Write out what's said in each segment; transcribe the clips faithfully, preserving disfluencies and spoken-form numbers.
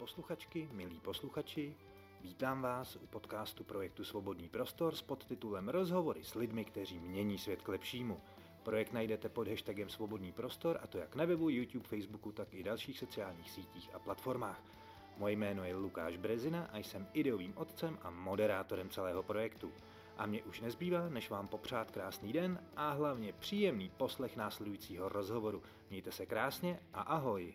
posluchačky, milí posluchači, vítám vás u podcastu projektu Svobodný prostor s podtitulem Rozhovory s lidmi, kteří mění svět k lepšímu. Projekt najdete pod hashtagem Svobodný prostor, a to jak na webu, YouTube, Facebooku, tak i dalších sociálních sítích a platformách. Moje jméno je Lukáš Brezina a jsem ideovým otcem a moderátorem celého projektu. A mě už nezbývá, než vám popřát krásný den a hlavně příjemný poslech následujícího rozhovoru. Mějte se krásně a ahoj!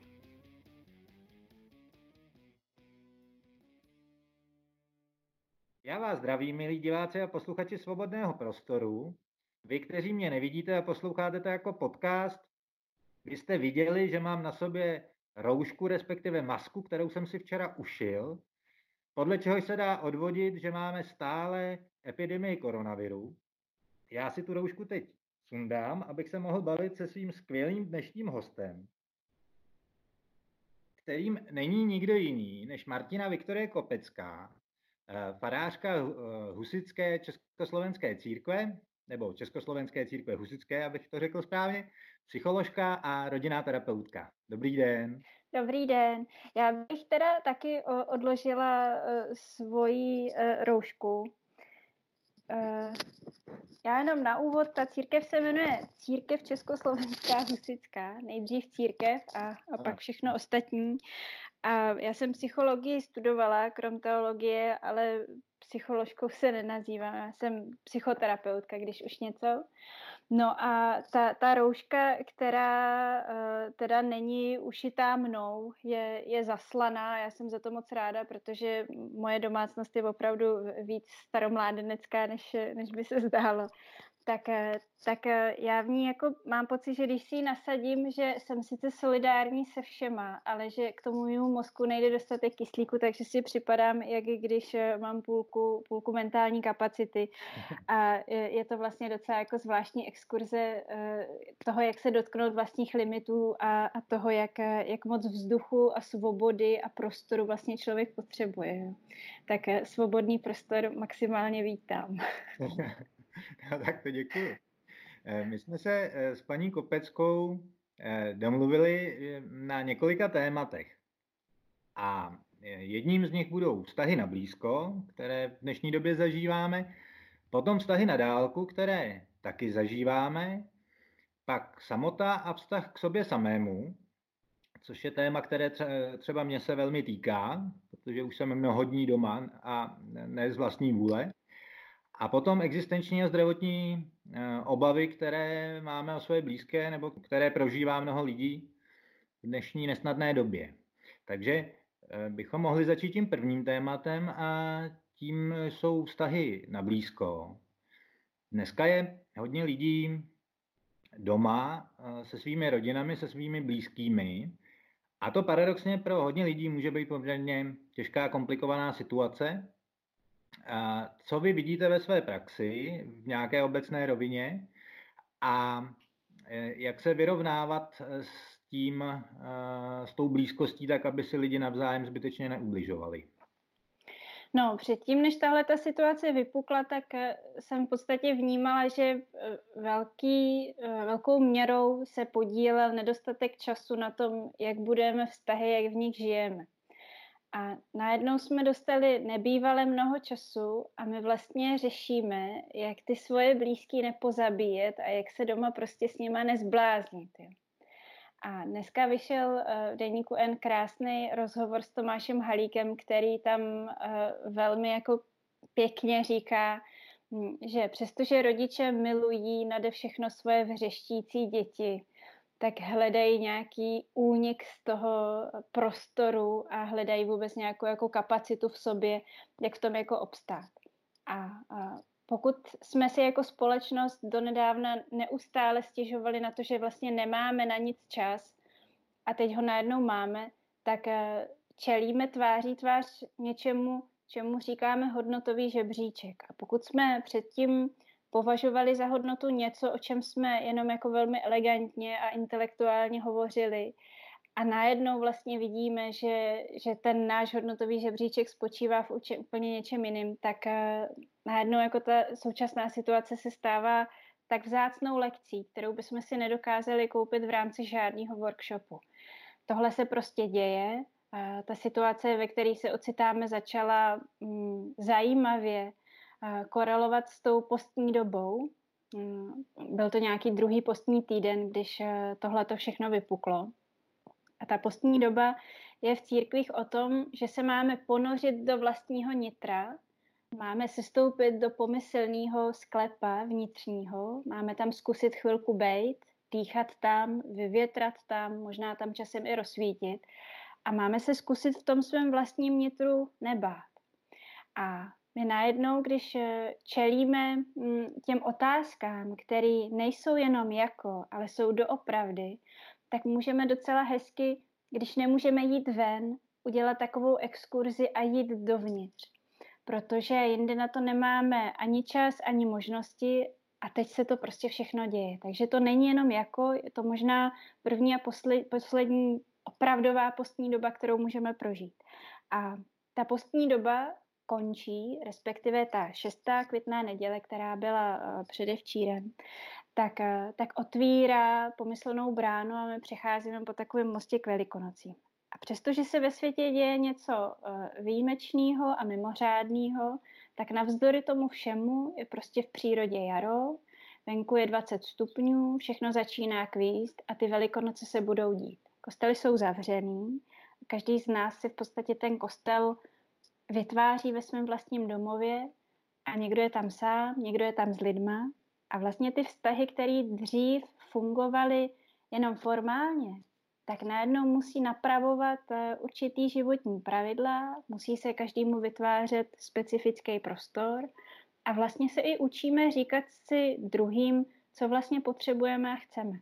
Já vás zdravím, milí diváci a posluchači Svobodného prostoru. Vy, kteří mě nevidíte a posloucháte to jako podcast, vy jste viděli, že mám na sobě roušku, respektive masku, kterou jsem si včera ušil, podle čeho se dá odvodit, že máme stále epidemii koronaviru. Já si tu roušku teď sundám, abych se mohl bavit se svým skvělým dnešním hostem, kterým není nikdo jiný než Martina Viktorie Kopecká, farářka husitské československé církve, nebo Československé církve husitské, abych to řekl správně, psycholožka a rodinná terapeutka. Dobrý den. Dobrý den. Já bych teda taky odložila svoji roušku. Já jenom na úvod, ta církev se jmenuje Církev Československá husitská, nejdřív církev a, a pak všechno ostatní. A já jsem psychologii studovala, krom teologie, ale psycholožkou se nenazývám, já jsem psychoterapeutka, když už něco. No a ta, ta rouška, která uh, teda není ušitá mnou, je, je zaslaná, já jsem za to moc ráda, protože moje domácnost je opravdu víc staromládenecká, než, než by se zdálo. Tak, tak já v ní jako mám pocit, že když si ji nasadím, že jsem sice solidární se všema, ale že k tomu mému mozku nejde dostatek kyslíku, takže si připadám, jak když mám půlku, půlku mentální kapacity. A je to vlastně docela jako zvláštní exkurze toho, jak se dotknout vlastních limitů a, a toho, jak, jak moc vzduchu a svobody a prostoru vlastně člověk potřebuje. Tak svobodný prostor maximálně vítám. No, tak to děkuji. My jsme se s paní Kopeckou domluvili na několika tématech. A jedním z nich budou vztahy na blízko, které v dnešní době zažíváme, potom vztahy na dálku, které taky zažíváme, pak samota a vztah k sobě samému, což je téma, které třeba mě se velmi týká, protože už jsem mnoho dní doma a ne z vlastní vůle. A potom existenční a zdravotní obavy, které máme o své blízké nebo které prožívá mnoho lidí v dnešní nesnadné době. Takže bychom mohli začít tím prvním tématem a tím jsou vztahy na blízko. Dneska je hodně lidí doma se svými rodinami, se svými blízkými a to paradoxně pro hodně lidí může být poměrně těžká, komplikovaná situace. A co vy vidíte ve své praxi v nějaké obecné rovině a jak se vyrovnávat s tím, s tou blízkostí, tak aby si lidi navzájem zbytečně neubližovali? No, předtím, než tahle ta situace vypukla, tak jsem v podstatě vnímala, že velký, velkou měrou se podílel nedostatek času na tom, jak budeme vztahy, jak v nich žijeme. A najednou jsme dostali nebývale mnoho času a my vlastně řešíme, jak ty svoje blízký nepozabíjet a jak se doma prostě s nima nezbláznit. Jo. A dneska vyšel v deníku N krásný rozhovor s Tomášem Halíkem, který tam velmi jako pěkně říká, že přestože rodiče milují nade všechno svoje vřeštící děti, tak hledají nějaký únik z toho prostoru a hledají vůbec nějakou jako kapacitu v sobě, jak v tom jako obstát. A, a pokud jsme si jako společnost donedávna neustále stěžovali na to, že vlastně nemáme na nic čas a teď ho najednou máme, tak čelíme tváří tvář něčemu, čemu říkáme hodnotový žebříček. A pokud jsme předtím považovali za hodnotu něco, o čem jsme jenom jako velmi elegantně a intelektuálně hovořili. A najednou vlastně vidíme, že, že ten náš hodnotový žebříček spočívá v uči, úplně něčem jiným, tak uh, najednou jako ta současná situace se stává tak vzácnou lekcí, kterou bychom si nedokázali koupit v rámci žádného workshopu. Tohle se prostě děje ta situace, ve které se ocitáme, začala mm, zajímavě korelovat s tou postní dobou. Byl to nějaký druhý postní týden, když tohle to všechno vypuklo. A ta postní doba je v církvích o tom, že se máme ponořit do vlastního nitra, máme sestoupit do pomyslného sklepa vnitřního, máme tam zkusit chvilku bejt, dýchat tam, vyvětrat tam, možná tam časem i rozsvítit a máme se zkusit v tom svém vlastním nitru nebát. A my najednou, když čelíme těm otázkám, které nejsou jenom jako, ale jsou doopravdy, tak můžeme docela hezky, když nemůžeme jít ven, udělat takovou exkurzi a jít dovnitř. Protože jinde na to nemáme ani čas, ani možnosti a teď se to prostě všechno děje. Takže to není jenom jako, je to možná první a posled, poslední opravdová postní doba, kterou můžeme prožít. A ta postní doba končí, respektive ta šestá květná neděle, která byla uh, předevčírem, tak, uh, tak otvírá pomyslnou bránu a my přecházíme po takovém mostě k Velikonocím. A přestože se ve světě děje něco uh, výjimečného a mimořádného, tak navzdory tomu všemu je prostě v přírodě jaro, venku je dvacet stupňů, všechno začíná kvíst a ty Velikonoce se budou dít. Kostely jsou zavřený, každý z nás si v podstatě ten kostel vytváří ve svém vlastním domově a někdo je tam sám, někdo je tam s lidma a vlastně ty vztahy, které dřív fungovaly jenom formálně, tak najednou musí napravovat určitý životní pravidla, musí se každému vytvářet specifický prostor a vlastně se i učíme říkat si druhým, co vlastně potřebujeme a chceme.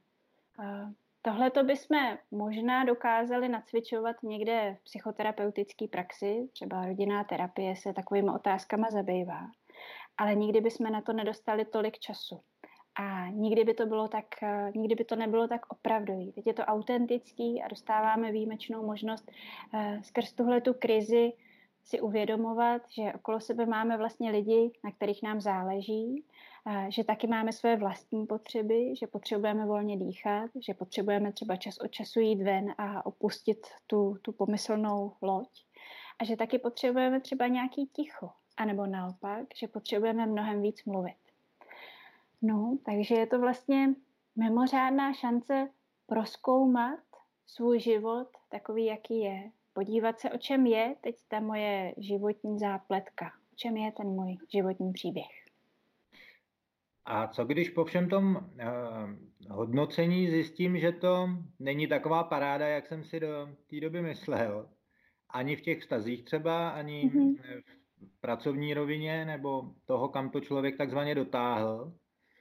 Tohle to bychom možná dokázali nacvičovat někde v psychoterapeutické praxi, třeba rodinná terapie se takovými otázkama zabývá, ale nikdy bychom na to nedostali tolik času. A nikdy by to bylo tak, nikdy by to nebylo tak opravdový. Teď je to autentický a dostáváme výjimečnou možnost uh, skrz tuhletu krizi si uvědomovat, že okolo sebe máme vlastně lidi, na kterých nám záleží, uh, že taky máme své vlastní potřeby, že potřebujeme volně dýchat, že potřebujeme třeba čas od času jít ven a opustit tu, tu pomyslnou loď a že taky potřebujeme třeba nějaký ticho, anebo naopak, že potřebujeme mnohem víc mluvit. No, takže je to vlastně mimořádná šance prozkoumat svůj život takový, jaký je. Podívat se, o čem je teď ta moje životní zápletka. O čem je ten můj životní příběh. A co když po všem tom uh, hodnocení zjistím, že to není taková paráda, jak jsem si do té doby myslel. Ani v těch vztazích třeba, ani mm-hmm. v pracovní rovině, nebo toho, kam to člověk takzvaně dotáhl.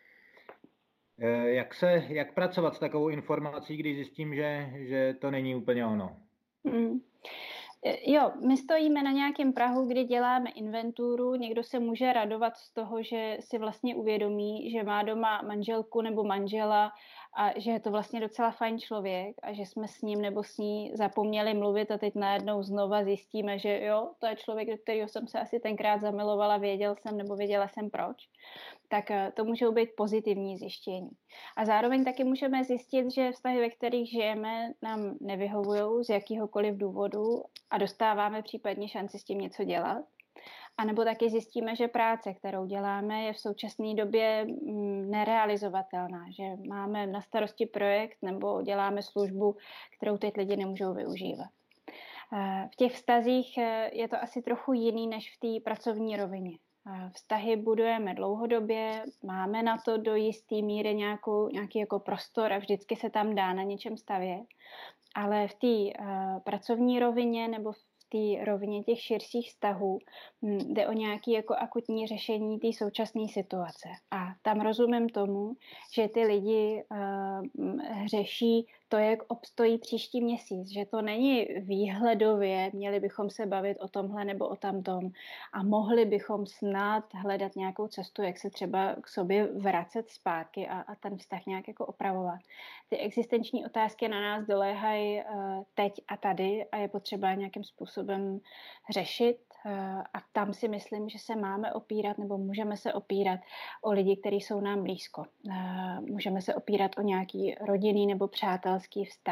Jak se, jak pracovat s takovou informací, když zjistím, že, že to není úplně ono? Mm. Jo, my stojíme na nějakém prahu, kdy děláme inventuru, někdo se může radovat z toho, že si vlastně uvědomí, že má doma manželku nebo manžela a že je to vlastně docela fajn člověk a že jsme s ním nebo s ní zapomněli mluvit a teď najednou znova zjistíme, že jo, to je člověk, do kterého jsem se asi tenkrát zamilovala, věděl jsem nebo věděla jsem proč. Tak to můžou být pozitivní zjištění. A zároveň taky můžeme zjistit, že vztahy, ve kterých žijeme, nám nevyhovují z jakýhokoliv důvodu a dostáváme případně šanci s tím něco dělat. A nebo taky zjistíme, že práce, kterou děláme, je v současné době nerealizovatelná, že máme na starosti projekt nebo děláme službu, kterou teď lidi nemůžou využívat. V těch vztazích je to asi trochu jiný než v té pracovní rovině. Vztahy budujeme dlouhodobě, máme na to do jisté míry nějakou, nějaký jako prostor a vždycky se tam dá na něčem stavět. Ale v té uh, pracovní rovině nebo v té rovině těch širších vztahů hm, jde o nějaké jako akutní řešení té současné situace. A tam rozumím tomu, že ty lidi uh, řeší to, jak obstojí příští měsíc, že to není výhledově, měli bychom se bavit o tomhle nebo o tamtom a mohli bychom snad hledat nějakou cestu, jak se třeba k sobě vracet zpátky a, a ten vztah nějak jako opravovat. Ty existenční otázky na nás doléhají uh, teď a tady a je potřeba nějakým způsobem řešit uh, a tam si myslím, že se máme opírat nebo můžeme se opírat o lidi, kteří jsou nám blízko. Uh, můžeme se opírat o nějaký rodinný nebo přátelský vztahy.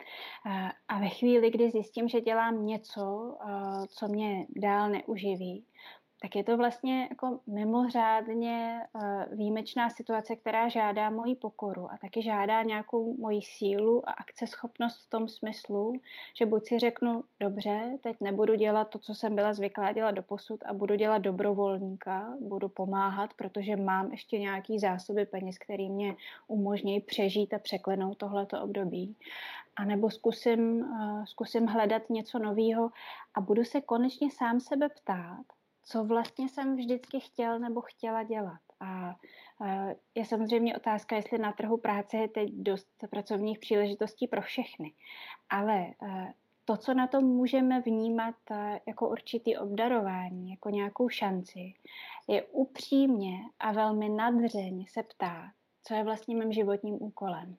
A ve chvíli, kdy zjistím, že dělám něco, co mě dál neuživí, tak je to vlastně jako mimořádně výjimečná situace, která žádá moji pokoru a taky žádá nějakou moji sílu a akceschopnost v tom smyslu, že buď si řeknu, dobře, teď nebudu dělat to, co jsem byla zvyklá dělat doposud a budu dělat dobrovolníka, budu pomáhat, protože mám ještě nějaký zásoby peněz, který mě umožní přežít a překlenout tohleto období. A nebo zkusím, zkusím hledat něco nového a budu se konečně sám sebe ptát, co vlastně jsem vždycky chtěl nebo chtěla dělat. A je samozřejmě otázka, jestli na trhu práce je teď dost pracovních příležitostí pro všechny. Ale to, co na tom můžeme vnímat jako určitý obdarování, jako nějakou šanci, je upřímně a velmi nadřeně se ptát, co je vlastně mým životním úkolem.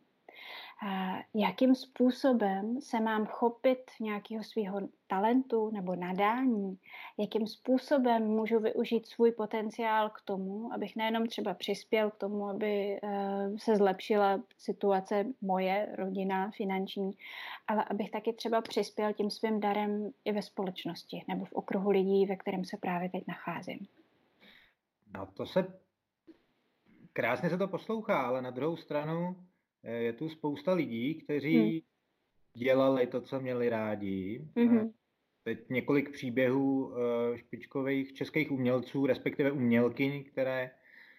Jakým způsobem se mám chopit nějakého svého talentu nebo nadání, jakým způsobem můžu využít svůj potenciál k tomu, abych nejenom třeba přispěl k tomu, aby se zlepšila situace moje, rodina, finanční, ale abych taky třeba přispěl tím svým darem i ve společnosti nebo v okruhu lidí, ve kterém se právě teď nacházím. No to se krásně se to poslouchá, ale na druhou stranu je tu spousta lidí, kteří hmm. dělali to, co měli rádi. Hmm. Teď několik příběhů špičkových českých umělců, respektive umělkyň, které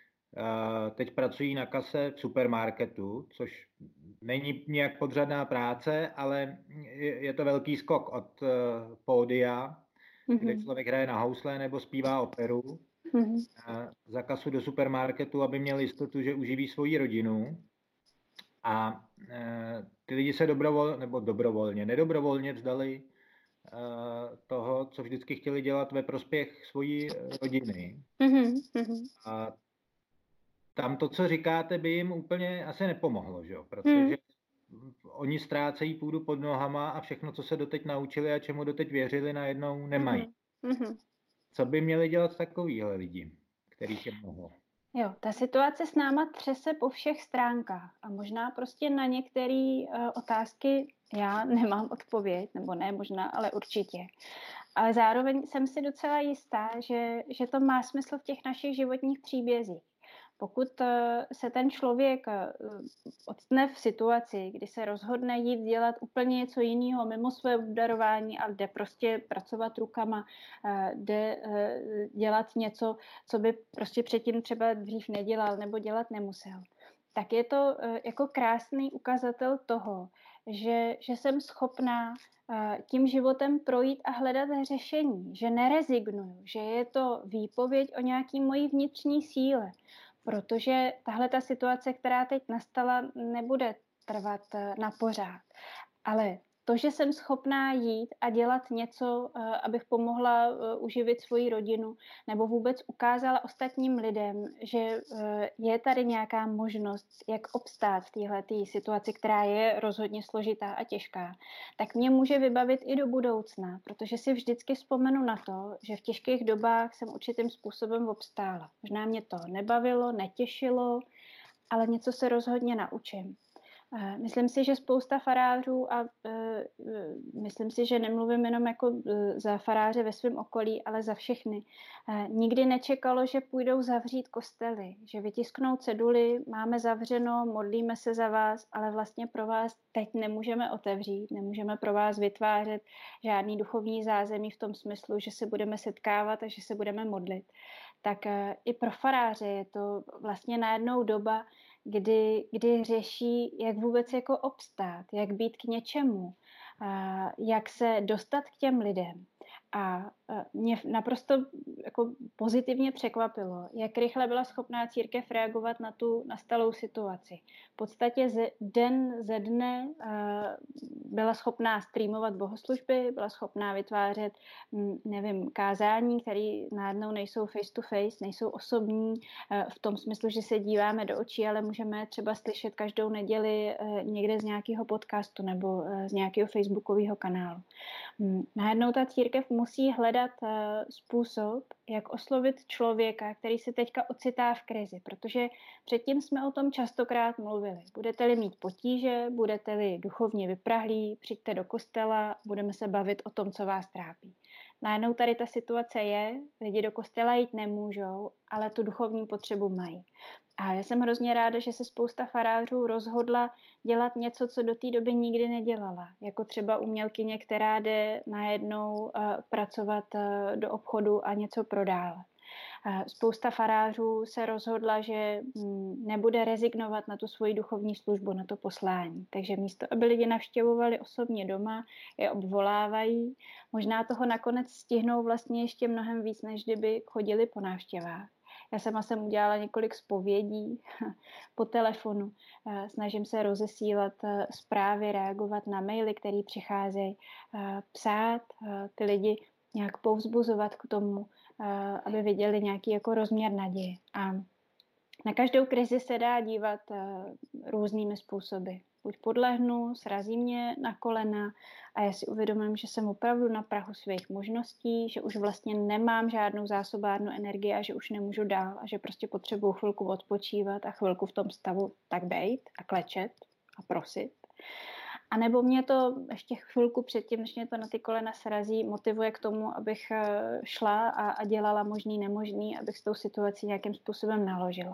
teď pracují na kase v supermarketu, což není nějak podřadná práce, ale je to velký skok od pódia, hmm. kde člověk hraje na housle nebo zpívá operu, hmm. za kasu do supermarketu, aby měl jistotu, že uživí svoji rodinu. A e, ty lidi se dobrovolně, nebo dobrovolně, nedobrovolně vzdali e, toho, co vždycky chtěli dělat ve prospěch svojí rodiny. Mm-hmm. A tam to, co říkáte, by jim úplně asi nepomohlo, že jo? Protože mm. oni ztrácejí půdu pod nohama a všechno, co se doteď naučili a čemu doteď věřili, najednou nemají. Mm-hmm. Co by měli dělat takovýhle lidi, kterých je mnoho? Jo, ta situace s náma třese po všech stránkách a možná prostě na některé uh, otázky já nemám odpověď, nebo ne možná, ale určitě. Ale zároveň jsem si docela jistá, že, že to má smysl v těch našich životních příbězích. Pokud se ten člověk octne v situaci, kdy se rozhodne jít dělat úplně něco jiného mimo své obdarování a jde prostě pracovat rukama, jde dělat něco, co by prostě předtím třeba dřív nedělal nebo dělat nemusel, tak je to jako krásný ukazatel toho, že, že jsem schopná tím životem projít a hledat řešení, že nerezignuju, že je to výpověď o nějaký mojí vnitřní síle. Protože tahle ta situace, která teď nastala, nebude trvat na pořád. Ale to, že jsem schopná jít a dělat něco, abych pomohla uživit svoji rodinu, nebo vůbec ukázala ostatním lidem, že je tady nějaká možnost, jak obstát v téhleté situaci, která je rozhodně složitá a těžká, tak mě může vybavit i do budoucna, protože si vždycky vzpomenu na to, že v těžkých dobách jsem určitým způsobem obstála. Možná mě to nebavilo, netěšilo, ale něco se rozhodně naučím. Myslím si, že spousta farářů a uh, myslím si, že nemluvím jenom jako uh, za faráře ve svém okolí, ale za všechny. Uh, nikdy nečekalo, že půjdou zavřít kostely, že vytisknou ceduly, máme zavřeno, modlíme se za vás, ale vlastně pro vás teď nemůžeme otevřít, nemůžeme pro vás vytvářet žádný duchovní zázemí v tom smyslu, že se budeme setkávat a že se budeme modlit. Tak uh, i pro faráře je to vlastně najednou doba, Kdy, kdy řeší, jak vůbec jako obstát, jak být k něčemu, jak se dostat k těm lidem. A mě naprosto jako pozitivně překvapilo, jak rychle byla schopná církev reagovat na tu nastalou situaci. V podstatě ze, den ze dne uh, byla schopná streamovat bohoslužby, byla schopná vytvářet, nevím, kázání, které najednou nejsou face to face, nejsou osobní, uh, v tom smyslu, že se díváme do očí, ale můžeme třeba slyšet každou neděli uh, někde z nějakého podcastu nebo uh, z nějakého facebookového kanálu. Um, najednou ta církev musí hledat uh, způsob, jak oslovit člověka, který se teďka ocitá v krizi, protože předtím jsme o tom častokrát mluvili. Budete-li mít potíže, budete-li duchovně vyprahlí, přijďte do kostela, budeme se bavit o tom, co vás trápí. Najednou tady ta situace je, lidi do kostela jít nemůžou, ale tu duchovní potřebu mají. A já jsem hrozně ráda, že se spousta farářů rozhodla dělat něco, co do té doby nikdy nedělala. Jako třeba umělkyně, která jde najednou uh, pracovat uh, do obchodu a něco prodávat. Uh, spousta farářů se rozhodla, že mm, nebude rezignovat na tu svoji duchovní službu, na to poslání. Takže místo, aby lidi navštěvovali osobně doma, je obvolávají. Možná toho nakonec stihnou vlastně ještě mnohem víc, než kdyby chodili po návštěvách. Já sama jsem udělala několik zpovědí po telefonu. Snažím se rozesílat zprávy, reagovat na maily, které přicházejí, psát ty lidi, nějak povzbuzovat k tomu, aby viděli nějaký jako rozměr naděje. A na každou krizi se dá dívat různými způsoby. Buď podlehnu, srazí mě na kolena a já si uvědomím, že jsem opravdu na prahu svých možností, že už vlastně nemám žádnou zásobárnu energii a že už nemůžu dál a že prostě potřebuju chvilku odpočívat a chvilku v tom stavu tak bejt a klečet a prosit. A nebo mě to ještě chvilku předtím, než mě to na ty kolena srazí, motivuje k tomu, abych šla a, a dělala možný, nemožný, abych s tou situací nějakým způsobem naložila.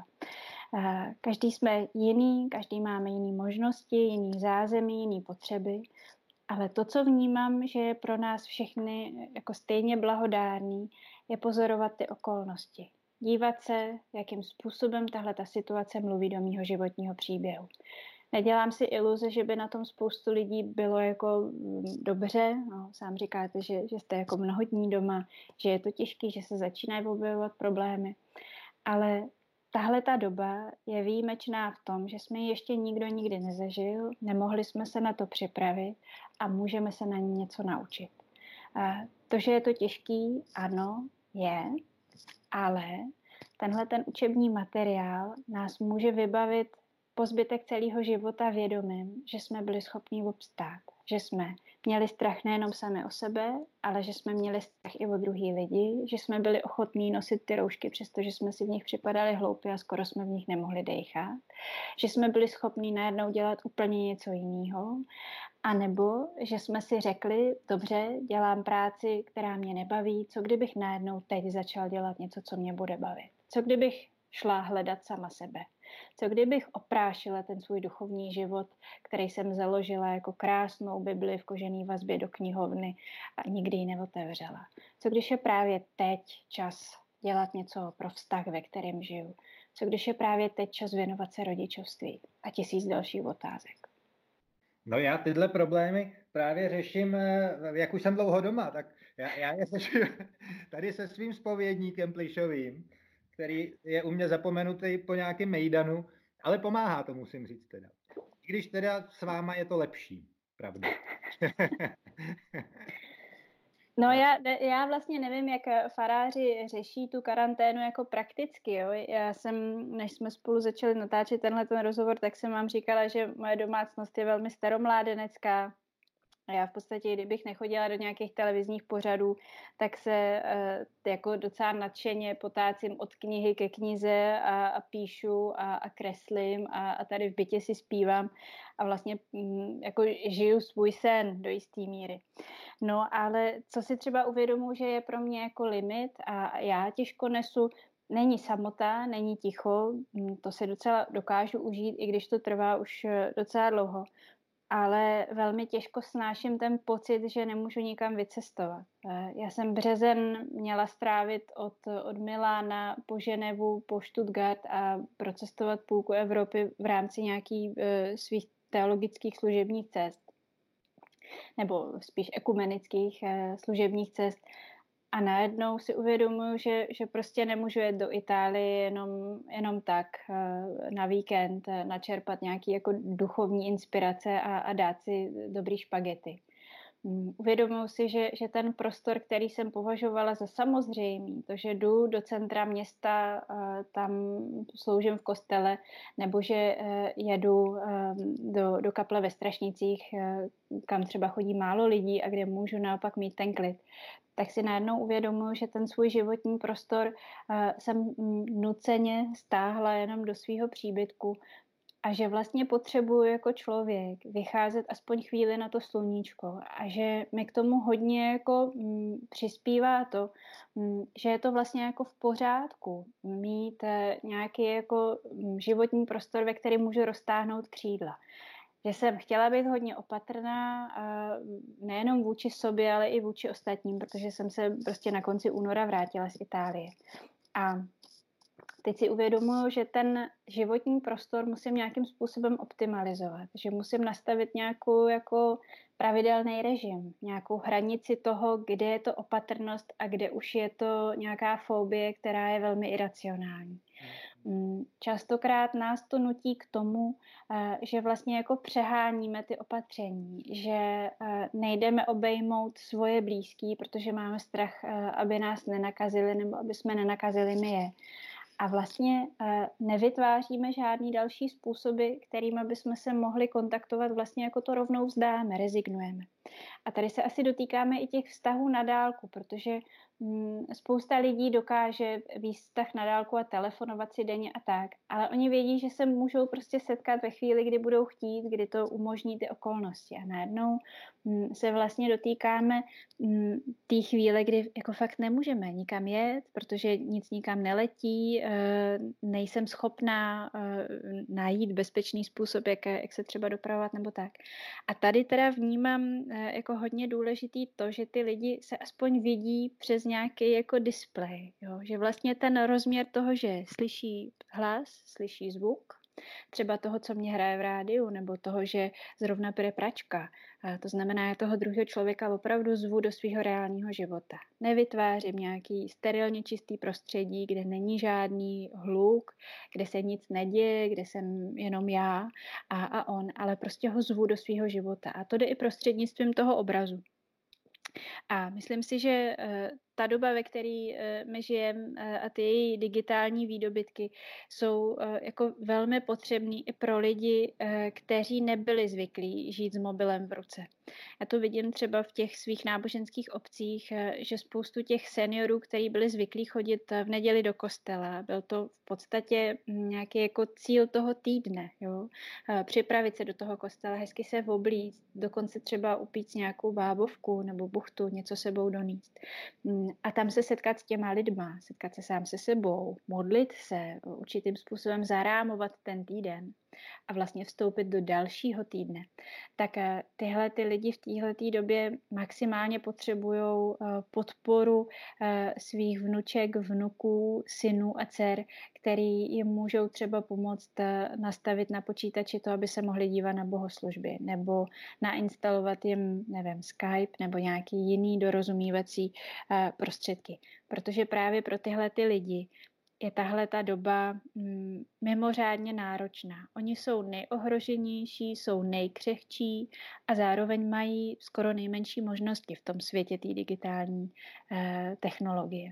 Každý jsme jiný, každý máme jiný možnosti, jiný zázemí, jiný potřeby, ale to, co vnímám, že je pro nás všechny jako stejně blahodárný, je pozorovat ty okolnosti. Dívat se, jakým způsobem tahle ta situace mluví do mýho životního příběhu. Nedělám si iluze, že by na tom spoustu lidí bylo jako dobře. No, sám říkáte, že, že jste jako mnoho dní doma, že je to těžké, že se začínají objevovat problémy. Ale tahle ta doba je výjimečná v tom, že jsme ji ještě nikdo nikdy nezažil, nemohli jsme se na to připravit a můžeme se na ní něco naučit. A to, že je to těžký, ano, je, ale tenhle ten učební materiál nás může vybavit po zbytek celého života vědomím, že jsme byli schopni obstát, že jsme měli strach nejenom sami o sebe, ale že jsme měli strach i o druhý lidi, že jsme byli ochotní nosit ty roušky, přestože jsme si v nich připadali hloupě a skoro jsme v nich nemohli dejchat, že jsme byli schopní najednou dělat úplně něco jiného, anebo že jsme si řekli, dobře, dělám práci, která mě nebaví, co kdybych najednou teď začal dělat něco, co mě bude bavit, co kdybych šla hledat sama sebe. Co kdybych oprášila ten svůj duchovní život, který jsem založila jako krásnou Bibli v kožené vazbě do knihovny a nikdy ji neotevřela. Co když je právě teď čas dělat něco pro vztah, ve kterém žiju. Co když je právě teď čas věnovat se rodičovství a tisíc dalších otázek. No já tyhle problémy právě řeším, jak už jsem dlouho doma, tak já, já je řeším tady se svým zpovědníkem plišovým, který je u mě zapomenutý po nějakém mejdanu, ale pomáhá to, musím říct teda. I když teda s váma je to lepší, pravda. No já, já vlastně nevím, jak faráři řeší tu karanténu jako prakticky. Jo? Já jsem, než jsme spolu začali natáčet tenhle ten rozhovor, tak jsem vám říkala, že moje domácnost je velmi staromládenecká. A já v podstatě, kdybych nechodila do nějakých televizních pořadů, tak se uh, jako docela nadšeně potácím od knihy ke knize a, a píšu a, a kreslím a, a tady v bytě si zpívám a vlastně mm, jako žiju svůj sen do jisté míry. No ale co si třeba uvědomuji, že je pro mě jako limit a já těžko nesu, není samota, není ticho, to si docela dokážu užít, i když to trvá už docela dlouho. Ale velmi těžko snáším ten pocit, že nemůžu nikam vycestovat. Já jsem březen měla strávit od, od Milána po Ženevu, po Stuttgart a procestovat půlku Evropy v rámci nějakých e, svých teologických služebních cest. Nebo spíš ekumenických e, služebních cest. A najednou si uvědomuji, že, že prostě nemůžu jet do Itálie jenom, jenom tak na víkend, načerpat nějaký jako duchovní inspirace a, a dát si dobrý špagety. Uvědomuji si, že, že ten prostor, který jsem považovala za samozřejmý, to, že jdu do centra města, tam sloužím v kostele, nebo že jedu do, do kaple ve Strašnicích, kam třeba chodí málo lidí a kde můžu naopak mít ten klid, tak si najednou uvědomuji, že ten svůj životní prostor jsem nuceně stáhla jenom do svého příbytku, a že vlastně potřebuju jako člověk vycházet aspoň chvíli na to sluníčko a že mi k tomu hodně jako m, přispívá to, m, že je to vlastně jako v pořádku mít e, nějaký jako m, životní prostor, ve kterém můžu roztáhnout křídla. Že jsem chtěla být hodně opatrná, a nejenom vůči sobě, ale i vůči ostatním, protože jsem se prostě na konci února vrátila z Itálie. A teď si uvědomuji, že ten životní prostor musím nějakým způsobem optimalizovat, že musím nastavit nějakou jako pravidelný režim, nějakou hranici toho, kde je to opatrnost a kde už je to nějaká fobie, která je velmi iracionální. Častokrát nás to nutí k tomu, že vlastně jako přeháníme ty opatření, že nejdeme obejmout svoje blízký, protože máme strach, aby nás nenakazili nebo aby jsme nenakazili my je. A vlastně nevytváříme žádný další způsoby, kterými bychom se mohli kontaktovat, vlastně jako to rovnou vzdáme, rezignujeme. A tady se asi dotýkáme i těch vztahů na dálku, protože spousta lidí dokáže vést vztah na dálku a telefonovat si denně a tak, ale oni vědí, že se můžou prostě setkat ve chvíli, kdy budou chtít, kdy to umožní ty okolnosti. A najednou se vlastně dotýkáme té chvíle, kdy jako fakt nemůžeme nikam jet, protože nic nikam neletí, nejsem schopná najít bezpečný způsob, jak, jak se třeba dopravovat nebo tak. A tady teda vnímám jako hodně důležitý to, že ty lidi se aspoň vidí přes nějaký jako displej, jo? Že vlastně ten rozměr toho, že slyší hlas, slyší zvuk, třeba toho, co mě hraje v rádiu, nebo toho, že zrovna pere pračka. A to znamená, že toho druhého člověka opravdu zvu do svého reálného života. Nevytvářím nějaký sterilně čistý prostředí, kde není žádný hluk, kde se nic neděje, kde jsem jenom já a, a on, ale prostě ho zvu do svého života. A to jde i prostřednictvím toho obrazu. A myslím si, že ta doba, ve které my žijeme a ty její digitální výdobytky jsou jako velmi potřebný i pro lidi, kteří nebyli zvyklí žít s mobilem v ruce. Já to vidím třeba v těch svých náboženských obcích, že spoustu těch seniorů, kteří byli zvyklí chodit v neděli do kostela, byl to v podstatě nějaký jako cíl toho týdne. Jo? Připravit se do toho kostela, hezky se oblíct, dokonce třeba upít nějakou bábovku nebo buchtu, něco sebou donést. A tam se setkat s těma lidma, setkat se sám se sebou, modlit se, určitým způsobem zarámovat ten týden a vlastně vstoupit do dalšího týdne, tak tyhle ty lidi v téhleté době maximálně potřebují podporu svých vnuček, vnuků, synů a dcer, který jim můžou třeba pomoct nastavit na počítači to, aby se mohli dívat na bohoslužby, nebo nainstalovat jim, nevím, Skype nebo nějaký jiný dorozumívací prostředky. Protože právě pro tyhle ty lidi je tahle ta doba mm, mimořádně náročná. Oni jsou nejohroženější, jsou nejkřehčí a zároveň mají skoro nejmenší možnosti v tom světě té digitální eh, technologie.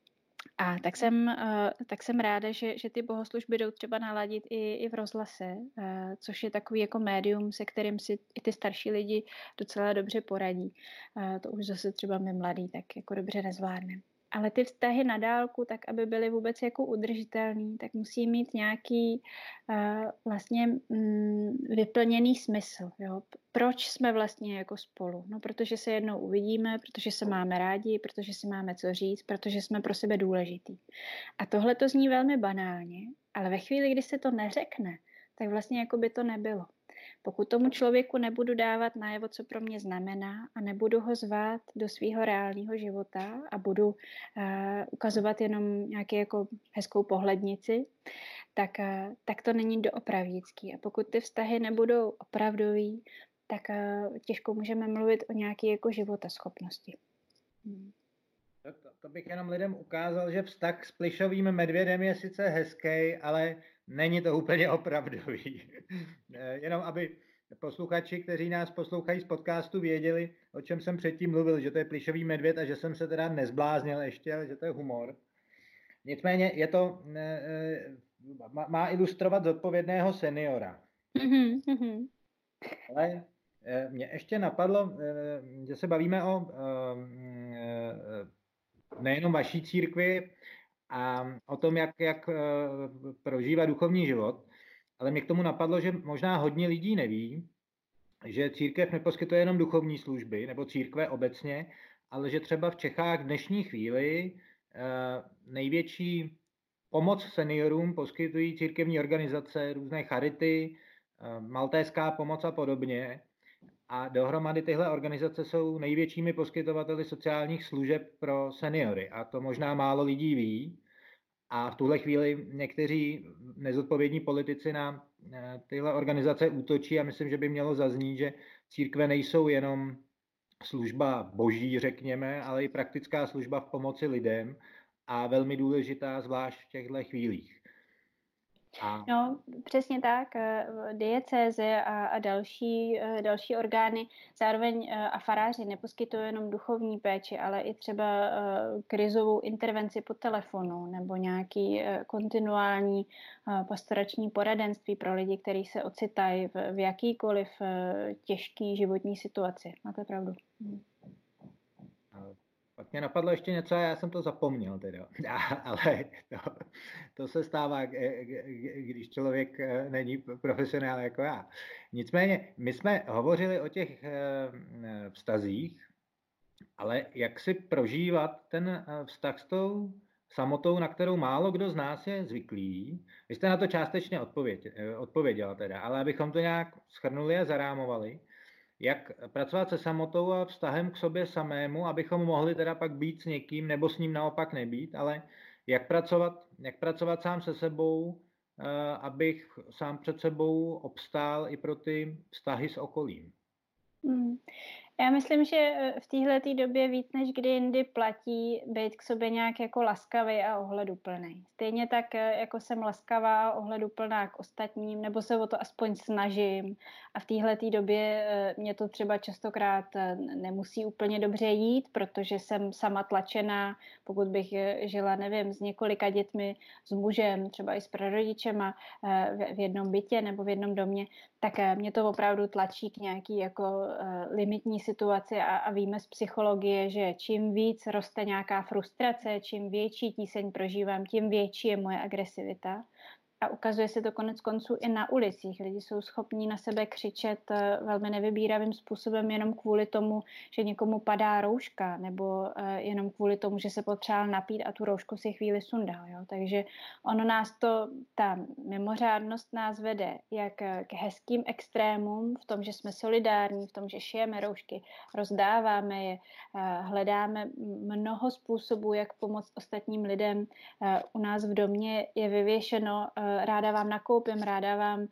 A tak jsem, uh, tak jsem ráda, že, že ty bohoslužby jdou třeba naladit i, i v rozhlase, uh, což je takový jako médium, se kterým si i ty starší lidi docela dobře poradí. Uh, to už zase třeba my mladí tak jako dobře nezvládneme. Ale ty vztahy na dálku, tak aby byly vůbec jako udržitelný, tak musí mít nějaký uh, vlastně mm, vyplněný smysl. Jo? Proč jsme vlastně jako spolu? No, protože se jednou uvidíme, protože se máme rádi, protože si máme co říct, protože jsme pro sebe důležitý. A tohle to zní velmi banálně, ale ve chvíli, kdy se to neřekne, tak vlastně jako by to nebylo. Pokud tomu člověku nebudu dávat najevo, co pro mě znamená a nebudu ho zvát do svého reálného života a budu uh, ukazovat jenom nějaký jako hezkou pohlednici, tak, uh, tak to není doopravdický. A pokud ty vztahy nebudou opravdový, tak uh, těžko můžeme mluvit o nějaké jako životaschopnosti. Hmm. To, to, to bych jenom lidem ukázal, že vztah s plyšovým medvědem je sice hezký, ale není to úplně opravdový. Jenom aby posluchači, kteří nás poslouchají z podcastu, věděli, o čem jsem předtím mluvil, že to je plyšový medvěd a že jsem se teda nezbláznil ještě, ale že to je humor. Nicméně je to, má ilustrovat zodpovědného seniora. Mm-hmm. Ale mě ještě napadlo, že se bavíme o nejenom vaší církvi a o tom, jak, jak prožívá duchovní život, ale mě k tomu napadlo, že možná hodně lidí neví, že církev neposkytuje jenom duchovní služby, nebo církve obecně, ale že třeba v Čechách v dnešní chvíli největší pomoc seniorům poskytují církevní organizace, různé charity, maltéská pomoc a podobně. A dohromady tyhle organizace jsou největšími poskytovateli sociálních služeb pro seniory. A to možná málo lidí ví. A v tuhle chvíli někteří nezodpovědní politici na tyhle organizace útočí a myslím, že by mělo zaznít, že církve nejsou jenom služba boží, řekněme, ale i praktická služba v pomoci lidem a velmi důležitá, zvlášť v těchto chvílích. A... No, přesně tak. Diecéze a, a další, další orgány, zároveň a faráři neposkytují jenom duchovní péči, ale i třeba krizovou intervenci po telefonu nebo nějaký kontinuální pastorační poradenství pro lidi, kteří se ocitají v, v jakýkoliv těžký životní situaci. Máte pravdu. Pak mě napadlo ještě něco a já jsem to zapomněl teda. Ale to, to se stává, když člověk není profesionál jako já. Nicméně, my jsme hovořili o těch vztazích, ale jak si prožívat ten vztah s tou samotou, na kterou málo kdo z nás je zvyklý. Vy jste na to částečně odpověď, odpověděla teda, ale abychom to nějak shrnuli a zarámovali, jak pracovat se samotou a vztahem k sobě samému, abychom mohli teda pak být s někým, nebo s ním naopak nebýt, ale jak pracovat, jak pracovat sám se sebou, abych sám před sebou obstál i pro ty vztahy s okolím. Hmm. Já myslím, že v téhleté době víc než kdy jindy platí být k sobě nějak jako laskavý a ohleduplný. Stejně tak, jako jsem laskavá a ohleduplná k ostatním, nebo se o to aspoň snažím. A v téhleté době mě to třeba častokrát nemusí úplně dobře jít, protože jsem sama tlačená, pokud bych žila, nevím, s několika dětmi, s mužem, třeba i s prarodičema v jednom bytě nebo v jednom domě, tak mě to opravdu tlačí k nějaký jako limitní situaci a, a víme z psychologie, že čím víc roste nějaká frustrace, čím větší tíseň prožívám, tím větší je moje agresivita. A ukazuje se to konec konců i na ulicích. Lidi jsou schopní na sebe křičet velmi nevybíravým způsobem jenom kvůli tomu, že někomu padá rouška, nebo jenom kvůli tomu, že se potřeboval napít a tu roušku si chvíli sundal. Jo? Takže ono nás to, ta mimořádnost nás vede jak k hezkým extrémům, v tom, že jsme solidární, v tom, že šijeme roušky, rozdáváme je, hledáme mnoho způsobů, jak pomoct ostatním lidem. U nás v domě je vyvěšeno ráda vám nakoupím, ráda vám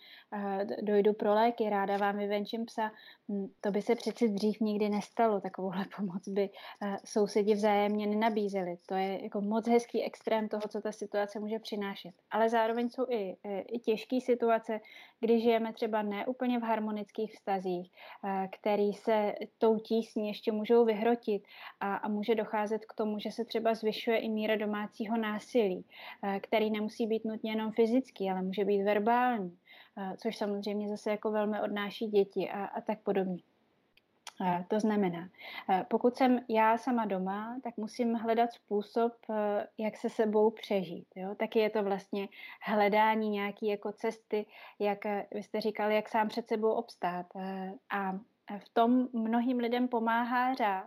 dojdu pro léky, ráda vám vyvenčím psa. To by se přeci dřív nikdy nestalo. Takovouhle pomoc by sousedi vzájemně nenabízeli. To je jako moc hezký extrém toho, co ta situace může přinášet. Ale zároveň jsou i, i těžké situace, kdy žijeme třeba neúplně v harmonických vztazích, který se tou tísní ještě můžou vyhrotit a, a může docházet k tomu, že se třeba zvyšuje i míra domácího násilí, který nemusí být nutně jenom fyzický, ale může být verbální, což samozřejmě zase jako velmi odnáší děti a, a tak podobně. To znamená, pokud jsem já sama doma, tak musím hledat způsob, jak se sebou přežít. Jo? Taky je to vlastně hledání nějaké jako cesty, jak vy jste říkali, jak sám před sebou obstát. A v tom mnohým lidem pomáhá řád,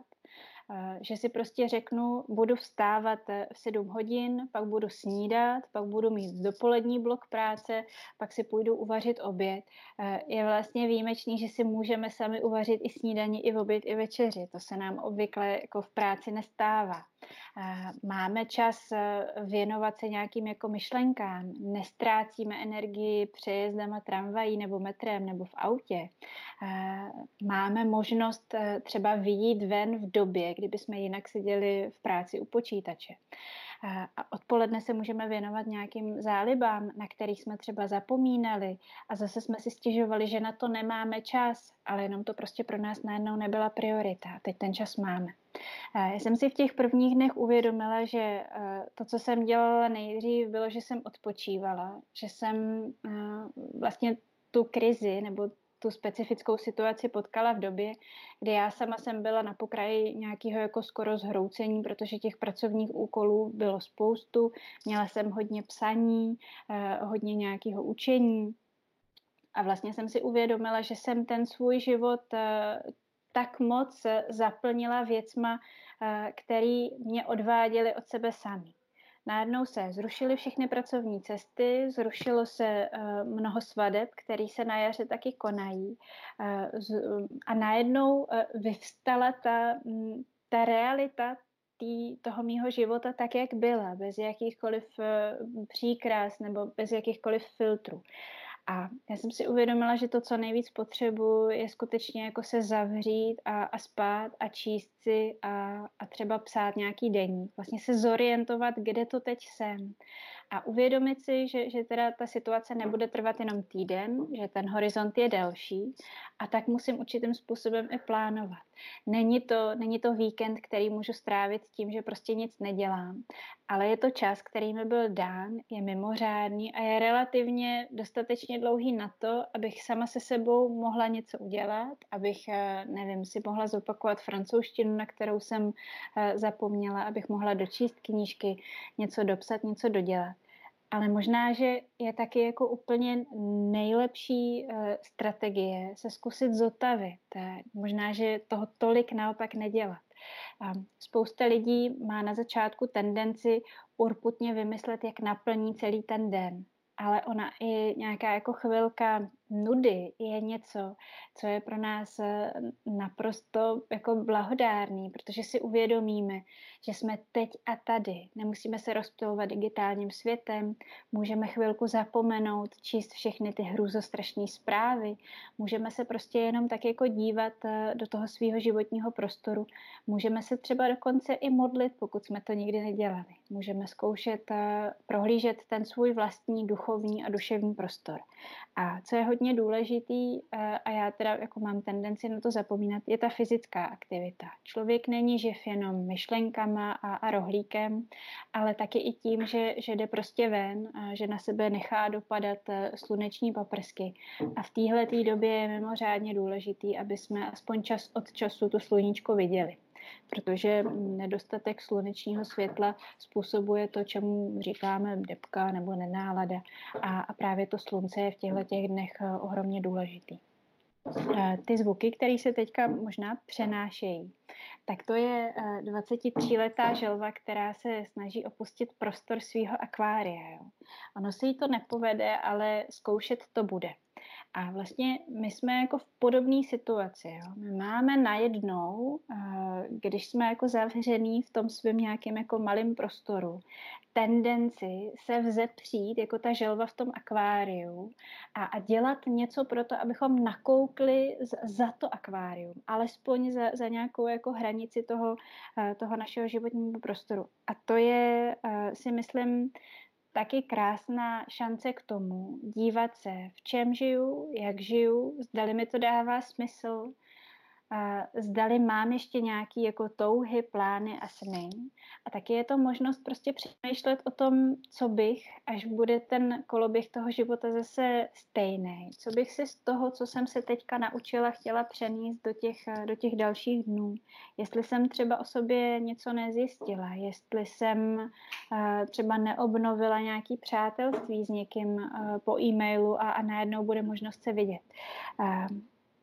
že si prostě řeknu, budu vstávat v sedm hodin, pak budu snídat, pak budu mít dopolední blok práce, pak si půjdu uvařit oběd. Je vlastně výjimečný, že si můžeme sami uvařit i snídani, i oběd, i večeři. To se nám obvykle jako v práci nestává. Máme čas věnovat se nějakým jako myšlenkám, nestrácíme energii přejezdama tramvají nebo metrem nebo v autě. Máme možnost třeba vyjít ven v době, kdyby jsme jinak seděli v práci u počítače. A odpoledne se můžeme věnovat nějakým zálibám, na kterých jsme třeba zapomínali a zase jsme si stěžovali, že na to nemáme čas, ale jenom to prostě pro nás najednou nebyla priorita. Teď ten čas máme. Já jsem si v těch prvních dnech uvědomila, že to, co jsem dělala nejdřív, bylo, že jsem odpočívala, že jsem vlastně tu krizi nebo tu specifickou situaci potkala v době, kdy já sama jsem byla na pokraji nějakého jako skoro zhroucení, protože těch pracovních úkolů bylo spoustu. Měla jsem hodně psaní, hodně nějakého učení a vlastně jsem si uvědomila, že jsem ten svůj život tak moc zaplnila věcma, který mě odváděly od sebe sami. Najednou se zrušily všechny pracovní cesty, zrušilo se uh, mnoho svadeb, které se na jaře taky konají. Uh, z, a najednou uh, vyvstala ta, m, ta realita tý, toho mýho života tak, jak byla, bez jakýchkoliv uh, příkrás nebo bez jakýchkoliv filtrů. A já jsem si uvědomila, že to, co nejvíc potřebuji, je skutečně jako se zavřít a, a spát a číst si a, a třeba psát nějaký deník. Vlastně se zorientovat, kde to teď jsem. A uvědomit si, že, že teda ta situace nebude trvat jenom týden, že ten horizont je delší a tak musím určitým způsobem i plánovat. Není to, není to víkend, který můžu strávit tím, že prostě nic nedělám, ale je to čas, který mi byl dán, je mimořádný a je relativně dostatečně dlouhý na to, abych sama se sebou mohla něco udělat, abych, nevím, si mohla zopakovat francouzštinu, na kterou jsem zapomněla, abych mohla dočíst knížky, něco dopsat, něco dodělat. Ale možná, že je taky jako úplně nejlepší uh, strategie se zkusit zotavit. Možná, že toho tolik naopak nedělat. Um, spousta lidí má na začátku tendenci urputně vymyslet, jak naplní celý ten den. Ale ona i nějaká jako chvilka nudy je něco, co je pro nás naprosto jako blahodárný, protože si uvědomíme, že jsme teď a tady. Nemusíme se rozptylovat digitálním světem, můžeme chvilku zapomenout, číst všechny ty hrůzostrašné zprávy, můžeme se prostě jenom tak jako dívat do toho svého životního prostoru, můžeme se třeba dokonce i modlit, pokud jsme to nikdy nedělali. Můžeme zkoušet prohlížet ten svůj vlastní duchovní a duševní prostor. A co je hodně důležitý, a já teda jako mám tendenci na to zapomínat, je ta fyzická aktivita. Člověk není živ jenom myšlenkama a, a rohlíkem, ale taky i tím, že, že jde prostě ven, a že na sebe nechá dopadat sluneční paprsky. A v téhletý době je mimořádně důležitý, aby jsme aspoň čas od času to sluníčko viděli. Protože nedostatek slunečního světla způsobuje to, čemu říkáme depka nebo nenálada. A, a právě to slunce je v těchto těch dnech ohromně důležitý. Ty zvuky, které se teďka možná přenášejí, tak to je dvacetitříletá želva, která se snaží opustit prostor svého akvária. Jo. Ono se jí to nepovede, ale zkoušet to bude. A vlastně my jsme jako v podobné situaci. Jo. My máme najednou, když jsme jako zavřený v tom svém nějakém jako malém prostoru, tendenci se vzepřít jako ta želva v tom akváriu a, a dělat něco pro to, abychom nakoukli z, za to akvárium, alespoň za, za nějakou jako hranici toho, toho našeho životního prostoru. A to je, si myslím, taky krásná šance k tomu dívat se, v čem žiju, jak žiju, zdali mi to dává smysl, zdali mám ještě nějaký jako touhy, plány a sny. A taky je to možnost prostě přemýšlet o tom, co bych, až bude ten koloběh toho života zase stejný. Co bych si z toho, co jsem se teďka naučila, chtěla přenést do těch, do těch dalších dnů. Jestli jsem třeba o sobě něco nezjistila, jestli jsem uh, třeba neobnovila nějaký přátelství s někým uh, po e-mailu a, a najednou bude možnost se vidět. Uh,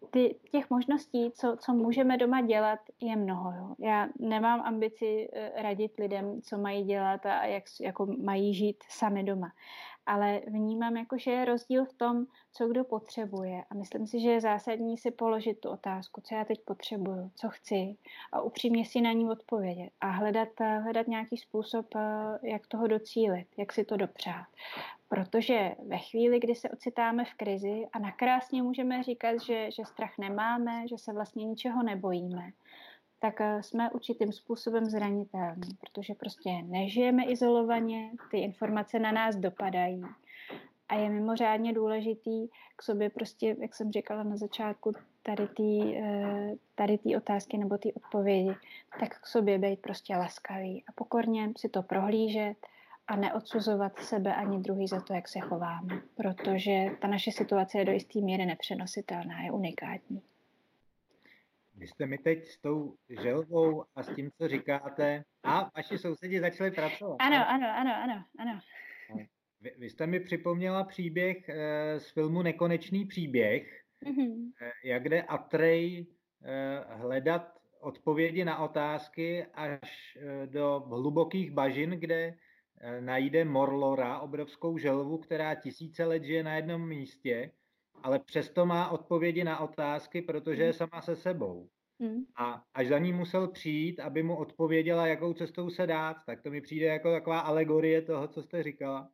ty, těch možností, co, co můžeme doma dělat, je mnoho. Jo. Já nemám ambici radit lidem, co mají dělat a jak jako mají žít sami doma. Ale vnímám, jako, že je rozdíl v tom, co kdo potřebuje. A myslím si, že je zásadní si položit tu otázku, co já teď potřebuju, co chci a upřímně si na ní odpovědět a hledat, hledat nějaký způsob, jak toho docílit, jak si to dopřát. Protože ve chvíli, kdy se ocitáme v krizi a nakrásně můžeme říkat, že, že strach nemáme, že se vlastně ničeho nebojíme, tak jsme určitým způsobem zranitelní, protože prostě nežijeme izolovaně, ty informace na nás dopadají a je mimořádně důležitý k sobě prostě, jak jsem říkala na začátku, tady ty tady ty otázky nebo ty odpovědi, tak k sobě být prostě laskavý a pokorně si to prohlížet a neodsuzovat sebe ani druhý za to, jak se chováme, protože ta naše situace je do jisté míry nepřenositelná, je unikátní. Vy jste mi teď s tou želvou a s tím, co říkáte, a vaši sousedi začali pracovat. Ano, ano, ano, ano, ano. Vy, vy jste mi připomněla příběh e, z filmu Nekonečný příběh, mm-hmm. e, jak jde Atrej e, hledat odpovědi na otázky až e, do hlubokých bažin, kde e, najde Morlora, obrovskou želvu, která tisíce let žije na jednom místě, ale přesto má odpovědi na otázky, protože je sama se sebou. Mm. A až za ní musel přijít, aby mu odpověděla, jakou cestou se dát, tak to mi přijde jako taková alegorie toho, co jste říkala.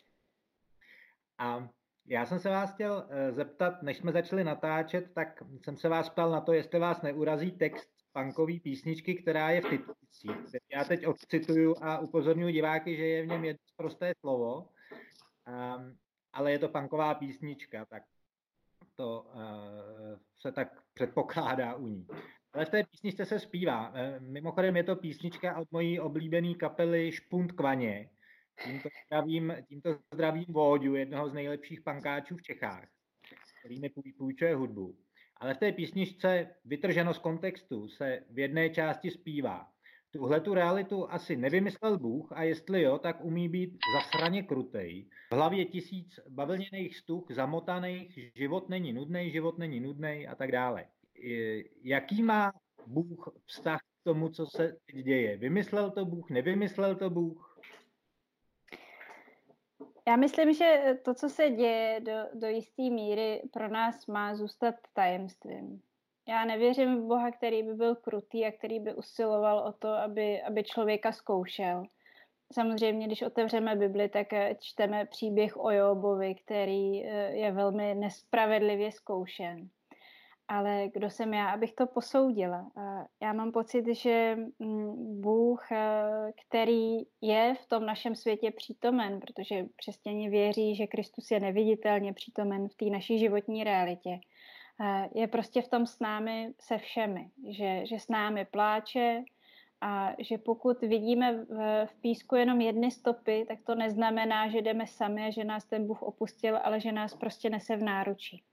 A já jsem se vás chtěl zeptat, než jsme začali natáčet, tak jsem se vás ptal na to, jestli vás neurazí text punkové písničky, která je v titulcích. Já teď odcituju a upozorňuji diváky, že je v něm jedno prosté slovo, um, ale je to punková písnička, tak to uh, se tak předpokládá u ní. Ale v té písničce se zpívá. Mimochodem je to písnička od mojí oblíbené kapely Špunt Kvaně. Tímto zdravím, tímto zdravím Vóďu, jednoho z nejlepších punkáčů v Čechách, který mi půjčuje hudbu. Ale v té písničce, vytrženo z kontextu, se v jedné části zpívá. Tuhletu realitu asi nevymyslel Bůh a jestli jo, tak umí být zasraně krutej. V hlavě tisíc bavlněných stuk, zamotaných, život není nudnej, život není nudnej a tak dále. Jaký má Bůh vztah k tomu, co se teď děje? Vymyslel to Bůh, nevymyslel to Bůh? Já myslím, že to, co se děje do, do jisté míry, pro nás má zůstat tajemstvím. Já nevěřím v Boha, který by byl krutý a který by usiloval o to, aby, aby člověka zkoušel. Samozřejmě, když otevřeme Bibli, tak čteme příběh o Jobovi, který je velmi nespravedlivě zkoušen. Ale kdo jsem já, abych to posoudila? Já mám pocit, že Bůh, který je v tom našem světě přítomen, protože křesťané věří, že Kristus je neviditelně přítomen v té naší životní realitě, je prostě v tom s námi se všemi, že, že s námi pláče a že pokud vidíme v, v písku jenom jedny stopy, tak to neznamená, že jdeme sami a že nás ten Bůh opustil, ale že nás prostě nese v náručí.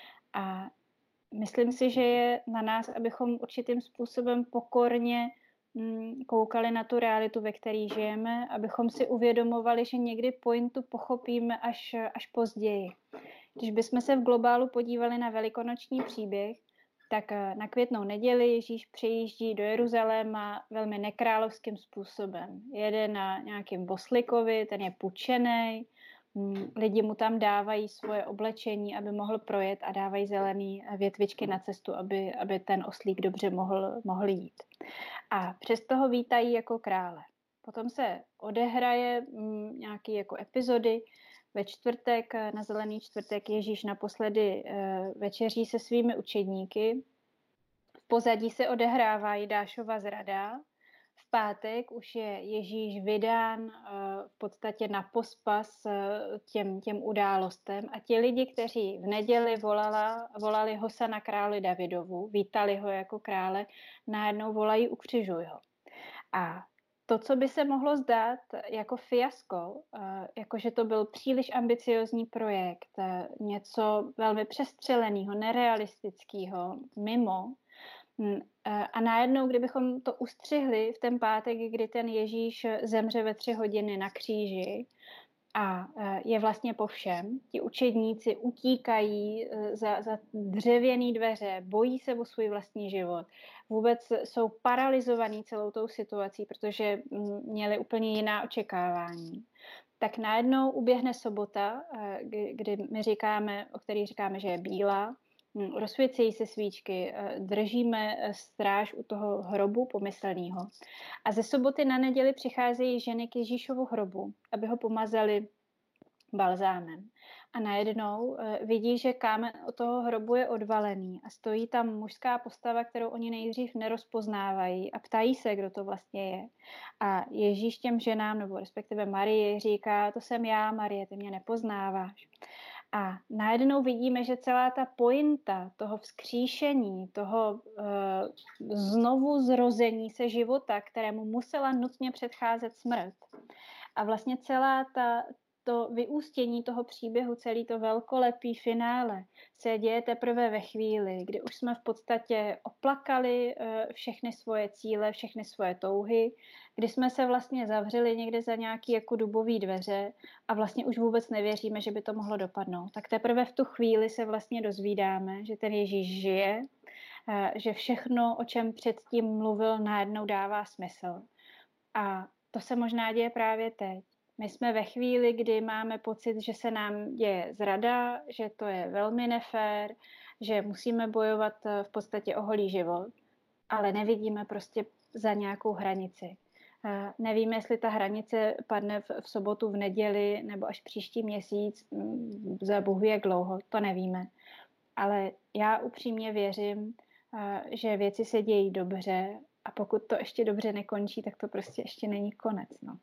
A myslím si, že je na nás, abychom určitým způsobem pokorně koukali na tu realitu, ve které žijeme, abychom si uvědomovali, že někdy pointu pochopíme až, až později. Když bychom se v globálu podívali na velikonoční příběh, tak na Květnou neděli Ježíš přijíždí do Jeruzaléma velmi nekrálovským způsobem. Jede na nějakým boslikovi, ten je pučenej, lidi mu tam dávají svoje oblečení, aby mohl projet a dávají zelené větvičky na cestu, aby, aby ten oslík dobře mohl, mohl jít. A přesto ho vítají jako krále. Potom se odehraje nějaké jako epizody. Ve čtvrtek, na Zelený čtvrtek, Ježíš naposledy večeří se svými učedníky. V pozadí se odehrává Jidášova zrada. V pátek už je Ježíš vydán v podstatě na pospas těm, těm událostem a ti lidi, kteří v neděli volala, volali Hosana králi Davidovu, vítali ho jako krále, najednou volají ukřižuj ho. A to, co by se mohlo zdát jako fiasko, jako že to byl příliš ambiciozní projekt, něco velmi přestřeleného, nerealistického, mimo. A najednou, kdybychom to ustřihli v ten pátek, kdy ten Ježíš zemře ve tři hodiny na kříži a je vlastně po všem. Ti učedníci utíkají za, za dřevěný dveře, bojí se o svůj vlastní život. Vůbec jsou paralizovaní celou tou situací, protože měli úplně jiná očekávání. Tak najednou uběhne sobota, kdy my říkáme, o který říkáme, že je bílá, rozsvícejí se svíčky, držíme stráž u toho hrobu pomyslného. A ze soboty na neděli přicházejí ženy k Ježíšovu hrobu, aby ho pomazali balzámem. A najednou vidí, že kámen od toho hrobu je odvalený a stojí tam mužská postava, kterou oni nejdřív nerozpoznávají a ptají se, kdo to vlastně je. A Ježíš těm ženám, nebo respektive Marii, říká, to jsem já, Marie, ty mě nepoznáváš. A najednou vidíme, že celá ta pointa toho vzkříšení, toho uh, znovu zrození se života, kterému musela nutně předcházet smrt. A vlastně celá ta, to vyústění toho příběhu, celý to velkolepý finále se děje teprve ve chvíli, kdy už jsme v podstatě oplakali uh, všechny svoje cíle, všechny svoje touhy, kdy jsme se vlastně zavřeli někde za nějaký jako dubový dveře a vlastně už vůbec nevěříme, že by to mohlo dopadnout. Tak teprve v tu chvíli se vlastně dozvídáme, že ten Ježíš žije, uh, že všechno, o čem předtím mluvil, najednou dává smysl. A to se možná děje právě teď. My jsme ve chvíli, kdy máme pocit, že se nám děje zrada, že to je velmi nefér, že musíme bojovat v podstatě o holý život, ale nevidíme prostě za nějakou hranici. Nevíme, jestli ta hranice padne v, v sobotu, v neděli nebo až příští měsíc, za Bůh ví jak dlouho, to nevíme. Ale já upřímně věřím, že věci se dějí dobře a pokud to ještě dobře nekončí, tak to prostě ještě není konec. No.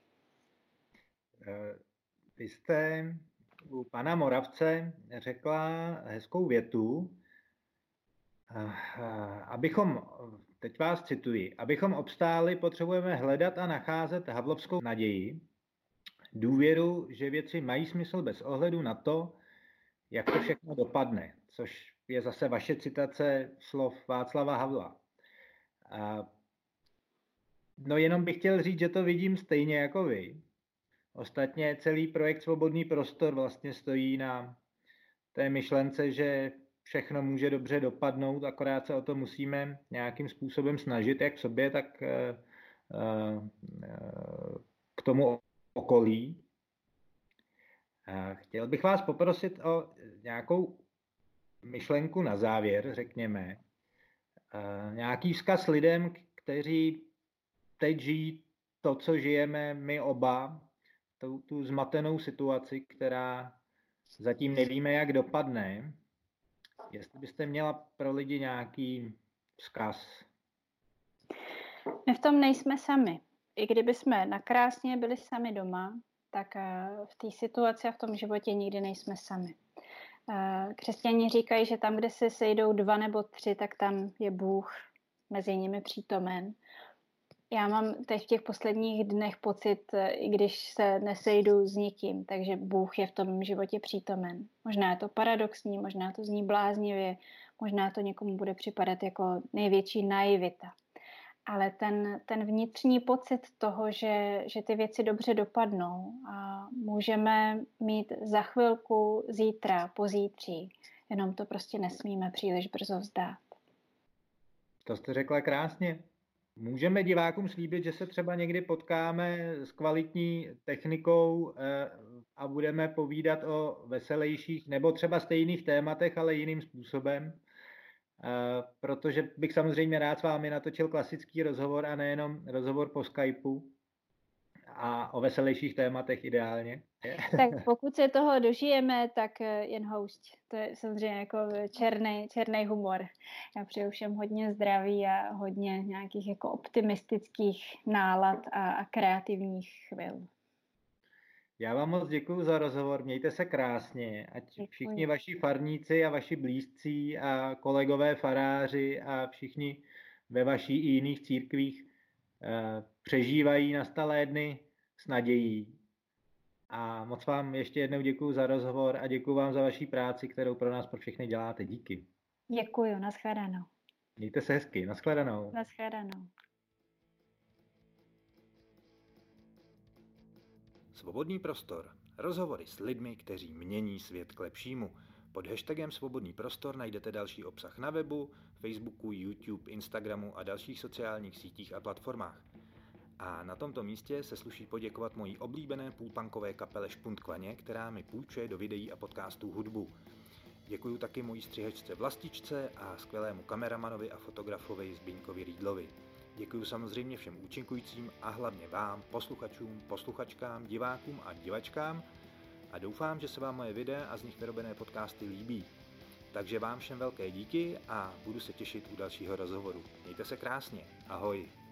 Vy jste u pana Moravce řekla hezkou větu, abychom, teď vás cituji, abychom obstáli, potřebujeme hledat a nacházet havlovskou naději, důvěru, že věci mají smysl bez ohledu na to, jak to všechno dopadne, což je zase vaše citace slov Václava Havla. No jenom bych chtěl říct, že to vidím stejně jako vy. Ostatně celý projekt Svobodný prostor vlastně stojí na té myšlence, že všechno může dobře dopadnout, akorát se o to musíme nějakým způsobem snažit, jak v sobě, tak k tomu okolí. Chtěl bych vás poprosit o nějakou myšlenku na závěr, řekněme. Nějaký vzkaz lidem, kteří teď žijí to, co žijeme my oba, tu, tu zmatenou situaci, která zatím nevíme, jak dopadne. Jestli byste měla pro lidi nějaký vzkaz. My v tom nejsme sami. I kdyby jsme nakrásně byli sami doma, tak v té situaci a v tom životě nikdy nejsme sami. Křesťané říkají, že tam, kde se sejdou dva nebo tři, tak tam je Bůh mezi nimi přítomen. Já mám teď v těch posledních dnech pocit, i když se nesejdu s nikým, takže Bůh je v tom životě přítomen. Možná je to paradoxní, možná to zní bláznivě, možná to někomu bude připadat jako největší naivita. Ale ten, ten vnitřní pocit toho, že, že ty věci dobře dopadnou a můžeme mít za chvilku, zítra, pozítří, jenom to prostě nesmíme příliš brzo vzdát. To jste řekla krásně. Můžeme divákům slíbit, že se třeba někdy potkáme s kvalitní technikou a budeme povídat o veselějších nebo třeba stejných tématech, ale jiným způsobem. Protože bych samozřejmě rád s vámi natočil klasický rozhovor a nejenom rozhovor po Skypeu a o veselějších tématech ideálně. Tak pokud se toho dožijeme, tak jen houšť. To je samozřejmě jako černý, černý humor. Já přeju všem hodně zdraví a hodně nějakých jako optimistických nálad a, a kreativních chvil. Já vám moc děkuji za rozhovor, mějte se krásně, ať děkuji. Všichni vaši farníci a vaši blízcí a kolegové faráři a všichni ve vašich i jiných církvích eh, přežívají nastalé dny s nadějí. A moc vám ještě jednou děkuji za rozhovor a děkuji vám za vaši práci, kterou pro nás pro všechny děláte. Díky. Děkuji, nashledanou. Mějte se hezky, nashledanou. Nashledanou. Svobodný prostor. Rozhovory s lidmi, kteří mění svět k lepšímu. Pod hashtagem Svobodný prostor najdete další obsah na webu, Facebooku, YouTube, Instagramu a dalších sociálních sítích a platformách. A na tomto místě se sluší poděkovat mojí oblíbené půlpunkové kapele Špuntkvaně, která mi půjčuje do videí a podcastů hudbu. Děkuju taky mojí střihačce Vlastičce a skvělému kameramanovi a fotografovi Zbyňkovi Rýdlovi. Děkuju samozřejmě všem účinkujícím a hlavně vám, posluchačům, posluchačkám, divákům a divačkám a doufám, že se vám moje videa a z nich vyrobené podcasty líbí. Takže vám všem velké díky a budu se těšit u dalšího rozhovoru. Mějte se krásně. Ahoj.